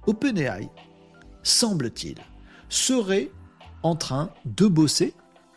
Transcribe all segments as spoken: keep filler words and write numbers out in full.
OpenAI, semble-t-il, serait en train de bosser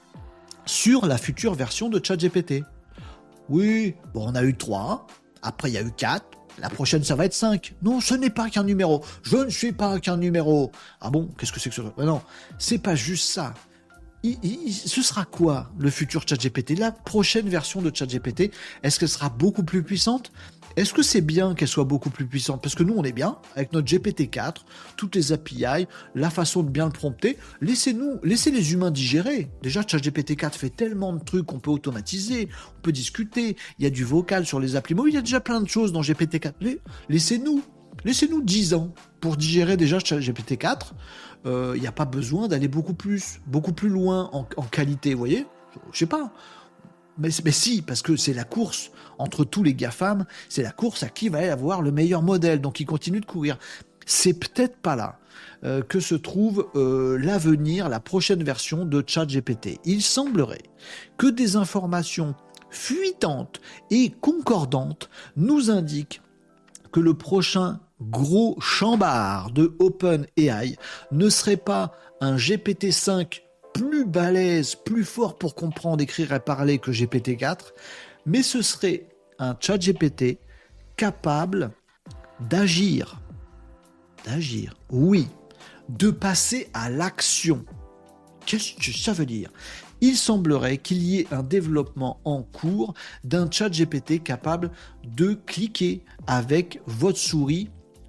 sur la future version de ChatGPT. Oui, bon, on a eu trois, après il y a eu quatre, la prochaine ça va être cinq. Non, ce n'est pas qu'un numéro, je ne suis pas qu'un numéro. Ah bon, qu'est-ce que c'est que ce... Ben non, c'est pas juste ça. Il, il, ce sera quoi le futur ChatGPT? La prochaine version de ChatGPT, est-ce qu'elle sera beaucoup plus puissante? Est-ce que c'est bien qu'elle soit beaucoup plus puissante? Parce que nous, on est bien avec notre G P T quatre, toutes les A P I, la façon de bien le prompter. Laissez-nous, laissez les humains digérer. Déjà, ChatGPT quatre fait tellement de trucs qu'on peut automatiser, on peut discuter. Il y a du vocal sur les applis mobiles, il y a déjà plein de choses dans G P T quatre. Laissez-nous, laissez-nous dix ans pour digérer déjà G P T quatre. Il euh, n'y a pas besoin d'aller beaucoup plus, beaucoup plus loin en, en qualité, vous voyez? Je sais pas. Mais, mais si, parce que c'est la course entre tous les GAFAM, c'est la course à qui va avoir le meilleur modèle, donc ils continuent de courir. C'est peut-être pas là euh, que se trouve euh, l'avenir, la prochaine version de ChatGPT. Il semblerait que des informations fuitantes et concordantes nous indiquent que le prochain gros chambard de OpenAI ne serait pas un G P T cinq plus balèze, plus fort pour comprendre, écrire et parler que G P T quatre, mais ce serait un ChatGPT capable d'agir. D'agir, oui. De passer à l'action. Qu'est-ce que ça veut dire? Il semblerait qu'il y ait un développement en cours d'un ChatGPT capable de cliquer avec votre souris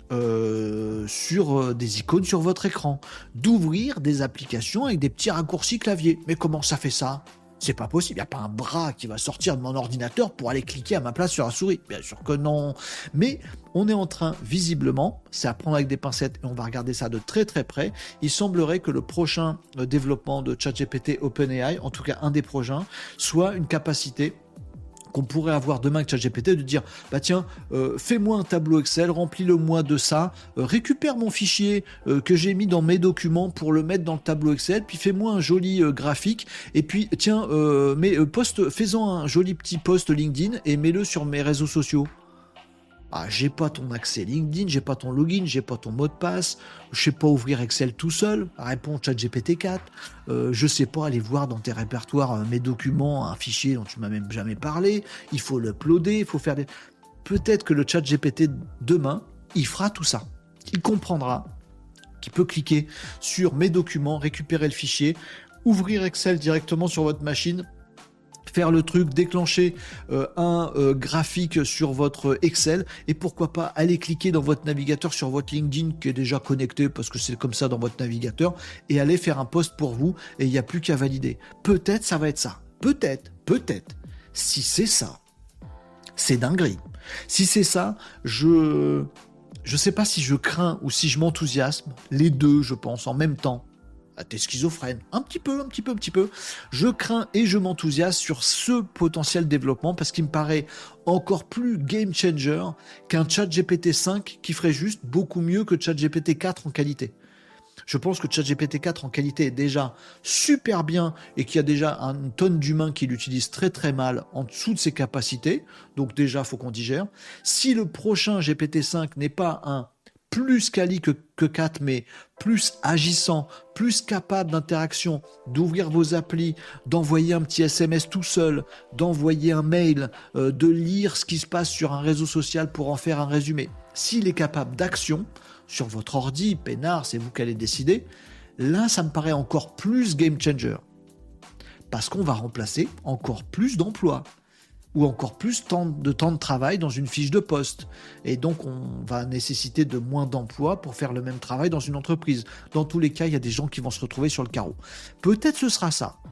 Euh, sur euh, des icônes sur votre écran, d'ouvrir des applications avec des petits raccourcis clavier. Mais comment ça fait ça? C'est pas possible, il n'y a pas un bras qui va sortir de mon ordinateur pour aller cliquer à ma place sur la souris. Bien sûr que non. Mais on est en train, visiblement, c'est à prendre avec des pincettes et on va regarder ça de très très près, il semblerait que le prochain euh, développement de ChatGPT OpenAI, en tout cas un des prochains, soit une capacité qu'on pourrait avoir demain avec ChatGPT, de dire bah tiens, euh, fais-moi un tableau Excel, remplis-le-moi de ça, euh, récupère mon fichier euh, que j'ai mis dans mes documents pour le mettre dans le tableau Excel, puis fais-moi un joli euh, graphique, et puis tiens, euh, mais, euh, poste, fais-en un joli petit post LinkedIn et mets-le sur mes réseaux sociaux. Ah, j'ai pas ton accès LinkedIn, j'ai pas ton login, j'ai pas ton mot de passe, je sais pas ouvrir Excel tout seul, réponds ChatGPT quatre, euh, je sais pas aller voir dans tes répertoires euh, mes documents, un fichier dont tu m'as même jamais parlé, il faut l'uploader, il faut faire des... Peut-être que le ChatGPT demain, il fera tout ça. Il comprendra qu'il peut cliquer sur mes documents, récupérer le fichier, ouvrir Excel directement sur votre machine, faire le truc, déclencher euh, un euh, graphique sur votre Excel et pourquoi pas aller cliquer dans votre navigateur sur votre LinkedIn qui est déjà connecté parce que c'est comme ça dans votre navigateur et aller faire un post pour vous et il n'y a plus qu'à valider. Peut-être ça va être ça. Peut-être, peut-être. Si c'est ça, c'est dinguerie. Si c'est ça, je je sais pas si je crains ou si je m'enthousiasme. Les deux, je pense, en même temps. Ah, t'es schizophrène. Un petit peu, un petit peu, un petit peu. Je crains et je m'enthousiasme sur ce potentiel développement parce qu'il me paraît encore plus game changer qu'un ChatGPT cinq qui ferait juste beaucoup mieux que ChatGPT quatre en qualité. Je pense que ChatGPT quatre en qualité est déjà super bien et qu'il y a déjà une tonne d'humains qui l'utilisent très très mal en dessous de ses capacités. Donc déjà, il faut qu'on digère. Si le prochain G P T cinq n'est pas un plus quali que, que quatre, mais plus agissant, plus capable d'interaction, d'ouvrir vos applis, d'envoyer un petit S M S tout seul, d'envoyer un mail, euh, de lire ce qui se passe sur un réseau social pour en faire un résumé. S'il est capable d'action, sur votre ordi, peinard, c'est vous qui allez décider, là, ça me paraît encore plus game changer. Parce qu'on va remplacer encore plus d'emplois. Ou encore plus de temps de travail dans une fiche de poste. Et donc, on va nécessiter de moins d'emplois pour faire le même travail dans une entreprise. Dans tous les cas, il y a des gens qui vont se retrouver sur le carreau. Peut-être ce sera ça.